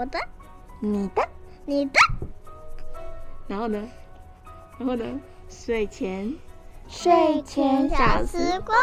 的，你的，你的。 然后呢？睡前小时光。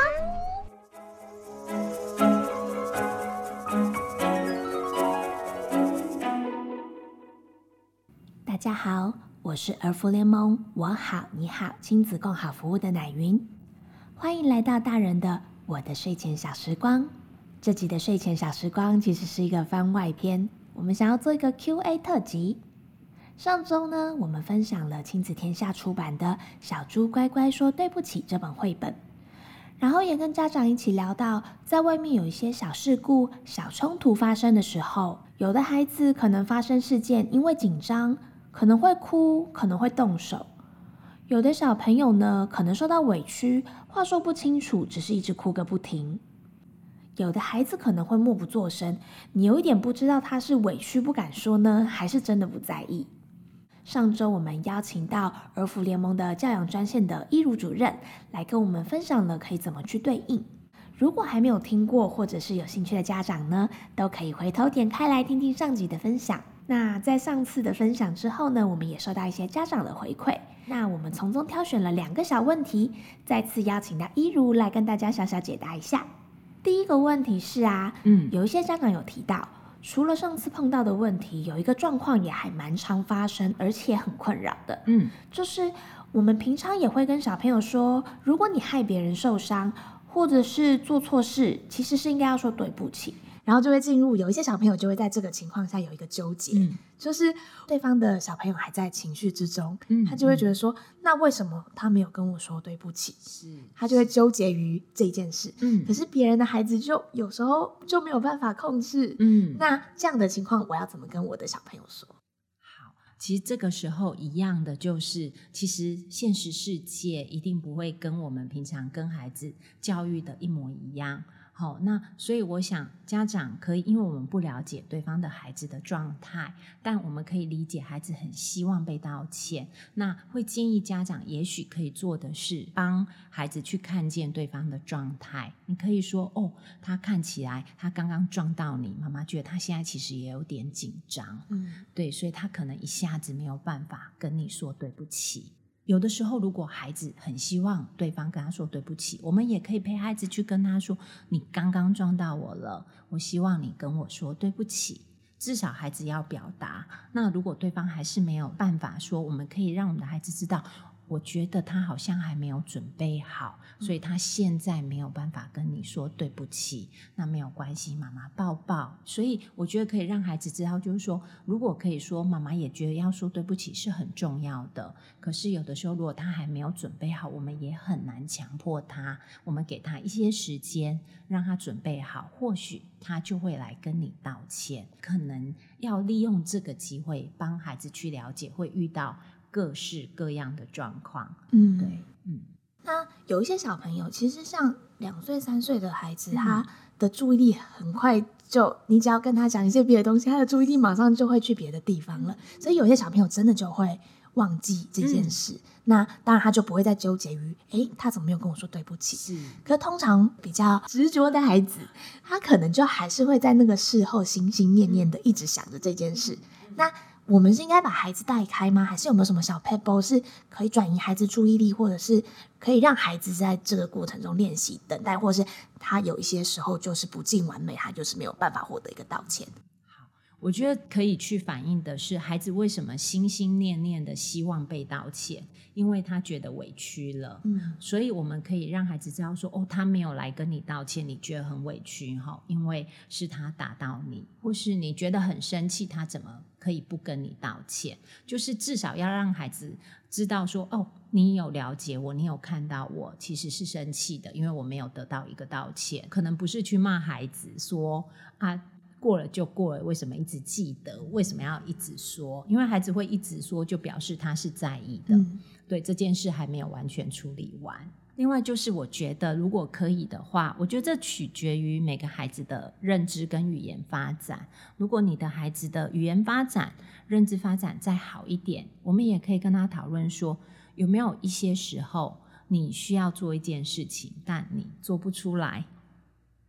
大家好，我是儿福联盟我好你好亲子共好服务的乃云，欢迎来到大人的我的睡前小时光。这集的睡前小时光其实是一个番外篇，我们想要做一个 Q&A 特辑。上周呢，我们分享了亲子天下出版的《小猪乖乖说对不起》这本绘本，然后也跟家长一起聊到，在外面有一些小事故、小冲突发生的时候，有的孩子可能发生事件，因为紧张，可能会哭，可能会动手；有的小朋友呢，可能受到委屈，话说不清楚，只是一直哭个不停；有的孩子可能会默不作声，你有一点不知道他是委屈不敢说呢，还是真的不在意。上周我们邀请到儿福联盟的教养专线的依如主任来跟我们分享了可以怎么去对应。如果还没有听过或者是有兴趣的家长呢，都可以回头点开来听听上集的分享。那在上次的分享之后呢，我们也收到一些家长的回馈，那我们从中挑选了2个小问题，再次邀请到依如来跟大家小小解答一下。第一个问题是有一些家长有提到，除了上次碰到的问题，有一个状况也还蛮常发生，而且很困扰的，就是我们平常也会跟小朋友说，如果你害别人受伤，或者是做错事，其实是应该要说对不起。然后就会进入，有一些小朋友就会在这个情况下有一个纠结，就是对方的小朋友还在情绪之中，他就会觉得说，那为什么他没有跟我说对不起？他就会纠结于这件事。可是别人的孩子就有时候就没有办法控制。那这样的情况，我要怎么跟我的小朋友说？ 好，其实这个时候一样的，就是其实现实世界一定不会跟我们平常跟孩子教育的一模一样。好，那所以我想家长可以，因为我们不了解对方的孩子的状态，但我们可以理解孩子很希望被道歉，那会建议家长也许可以做的是帮孩子去看见对方的状态。你可以说，他看起来他刚刚撞到你，妈妈觉得他现在其实也有点紧张，对，所以他可能一下子没有办法跟你说对不起。有的时候如果孩子很希望对方跟他说对不起，我们也可以陪孩子去跟他说，你刚刚撞到我了，我希望你跟我说对不起，至少孩子要表达。那如果对方还是没有办法说，我们可以让我们的孩子知道，我觉得他好像还没有准备好，所以他现在没有办法跟你说对不起，那没有关系，妈妈抱抱。所以我觉得可以让孩子知道，就是说如果可以说，妈妈也觉得要说对不起是很重要的，可是有的时候如果他还没有准备好，我们也很难强迫他，我们给他一些时间让他准备好，或许他就会来跟你道歉。可能要利用这个机会帮孩子去了解会遇到各式各样的状况。对， 那有一些小朋友，其实像2岁3岁的孩子，他的注意力很快就，你只要跟他讲一些别的东西，他的注意力马上就会去别的地方了。所以有些小朋友真的就会忘记这件事。那当然他就不会再纠结于他怎么没有跟我说对不起。可通常比较执着的孩子，他可能就还是会在那个事后心心念念的一直想着这件事。那我们是应该把孩子带开吗？还是有没有什么小 pebble 是可以转移孩子注意力，或者是可以让孩子在这个过程中练习等待，或者是他有一些时候就是不尽完美，他就是没有办法获得一个道歉？ 我觉得可以去反映的是孩子为什么心心念念的希望被道歉，因为他觉得委屈了。所以我们可以让孩子知道说，他没有来跟你道歉，你觉得很委屈，因为是他打到你，或是你觉得很生气，他怎么可以不跟你道歉？就是至少要让孩子知道说，你有了解我，你有看到我其实是生气的，因为我没有得到一个道歉。可能不是去骂孩子说过了就过了，为什么一直记得？为什么要一直说？因为孩子会一直说，就表示他是在意的。对，这件事还没有完全处理完。另外就是我觉得如果可以的话，我觉得这取决于每个孩子的认知跟语言发展。如果你的孩子的语言发展、认知发展再好一点，我们也可以跟他讨论说，有没有一些时候你需要做一件事情，但你做不出来。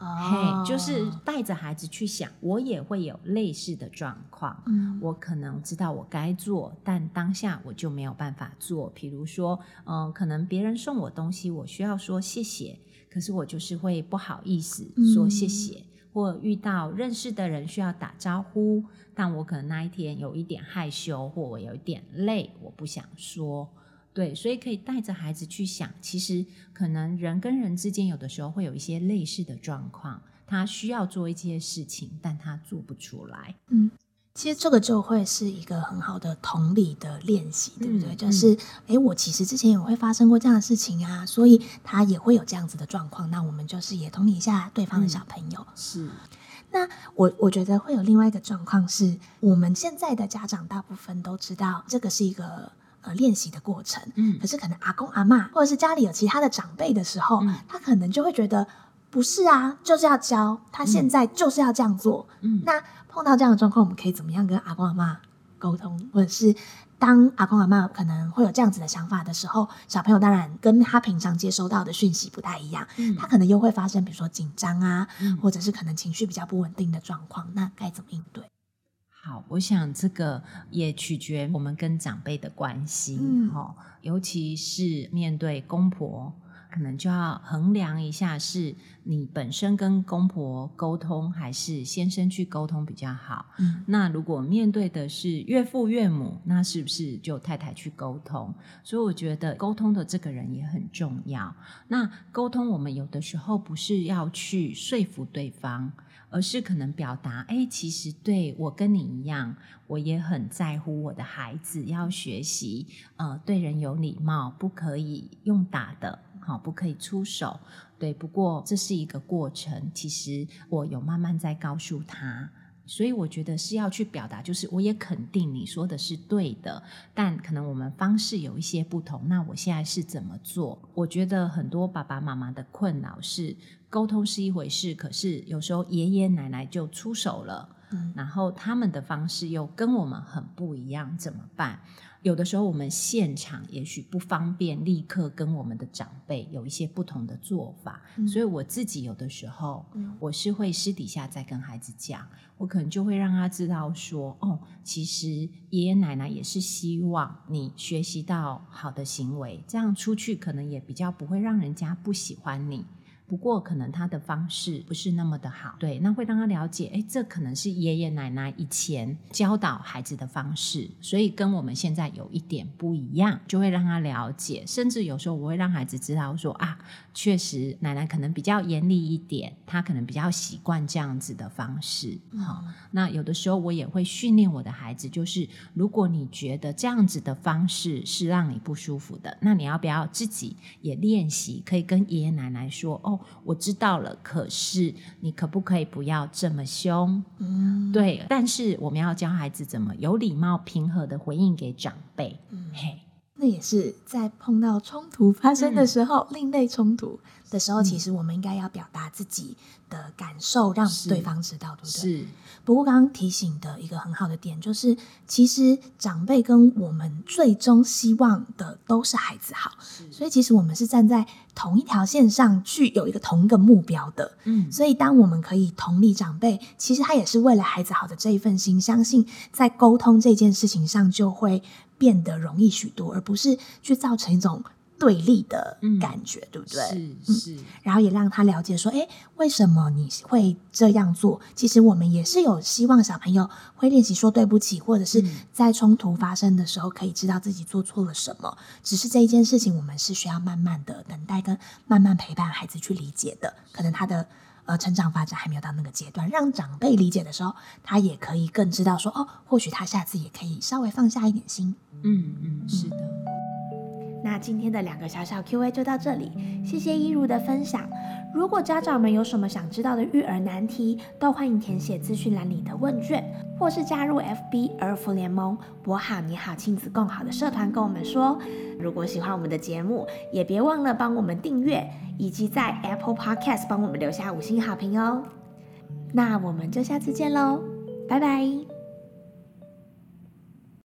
就是带着孩子去想，我也会有类似的状况，我可能知道我该做，但当下我就没有办法做。比如说可能别人送我东西，我需要说谢谢，可是我就是会不好意思说谢谢，或遇到认识的人需要打招呼，但我可能那一天有一点害羞，或我有一点累，我不想说。对，所以可以带着孩子去想，其实可能人跟人之间有的时候会有一些类似的状况，他需要做一些事情，但他做不出来。 其实这个就会是一个很好的同理的练习，对不对？就是我其实之前也会发生过这样的事情啊，所以他也会有这样子的状况，那我们就是也同理一下对方的小朋友。 是。 那我觉得会有另外一个状况是，我们现在的家长大部分都知道这个是一个练习的过程，可是可能阿公阿嬷或者是家里有其他的长辈的时候，他可能就会觉得不是啊，就是要教，他现在就是要这样做。那碰到这样的状况，我们可以怎么样跟阿公阿嬷沟通，或者是当阿公阿嬷可能会有这样子的想法的时候，小朋友当然跟他平常接收到的讯息不太一样，他可能又会发生比如说紧张啊，或者是可能情绪比较不稳定的状况，那该怎么应对？ 好，我想这个也取决我们跟长辈的关系，尤其是面对公婆，可能就要衡量一下，是你本身跟公婆沟通，还是先生去沟通比较好。那如果面对的是岳父岳母，那是不是就太太去沟通？所以我觉得沟通的这个人也很重要。那沟通我们有的时候不是要去说服对方，而是可能表达其实对我跟你一样，我也很在乎我的孩子要学习对人有礼貌，不可以用打的，不可以出手。对，不过这是一个过程，其实我有慢慢在告诉他，所以我觉得是要去表达，就是我也肯定你说的是对的，但可能我们方式有一些不同，那我现在是怎么做？我觉得很多爸爸妈妈的困扰是沟通是一回事，可是有时候爷爷奶奶就出手了，然后他们的方式又跟我们很不一样，怎么办？有的时候我们现场也许不方便立刻跟我们的长辈有一些不同的做法，所以我自己有的时候我是会私底下再跟孩子讲，我可能就会让他知道说其实爷爷奶奶也是希望你学习到好的行为，这样出去可能也比较不会让人家不喜欢你，不过可能他的方式不是那么的好，对，那会让他了解这可能是爷爷奶奶以前教导孩子的方式，所以跟我们现在有一点不一样，就会让他了解，甚至有时候我会让孩子知道说确实奶奶可能比较严厉一点，他可能比较习惯这样子的方式。那有的时候我也会训练我的孩子，就是如果你觉得这样子的方式是让你不舒服的，那你要不要自己也练习，可以跟爷爷奶奶说我知道了，可是你可不可以不要这么凶？对，但是我们要教孩子怎么有礼貌平和的回应给长辈。 那也是在碰到冲突发生的时候，另类冲突的时候，其实我们应该要表达自己的感受，让对方知道，对不对？ 是。 不过刚刚提醒的一个很好的点就是，其实长辈跟我们最终希望的都是孩子好，所以其实我们是站在同一条线上去有同一个目标的。所以当我们可以同理长辈，其实他也是为了孩子好的这一份心，相信在沟通这件事情上就会变得容易许多，而不是去造成一种对立的感觉，对不对？ 是。 然后也让他了解说为什么你会这样做，其实我们也是有希望小朋友会练习说对不起，或者是在冲突发生的时候可以知道自己做错了什么，只是这一件事情我们是需要慢慢的等待跟慢慢陪伴孩子去理解的，可能他的成长发展还没有到那个阶段，让长辈理解的时候，他也可以更知道说或许他下次也可以稍微放下一点心。 是的。 那今天的2个小小 Q&A 就到这里，谢谢依如的分享。如果家长们有什么想知道的育儿难题，都欢迎填写资讯栏里的问卷，或是加入 FB 儿福联盟博好你好亲子共好的社团跟我们说。如果喜欢我们的节目，也别忘了帮我们订阅，以及在 Apple Podcast 帮我们留下5星好评哦。那我们就下次见咯，拜拜。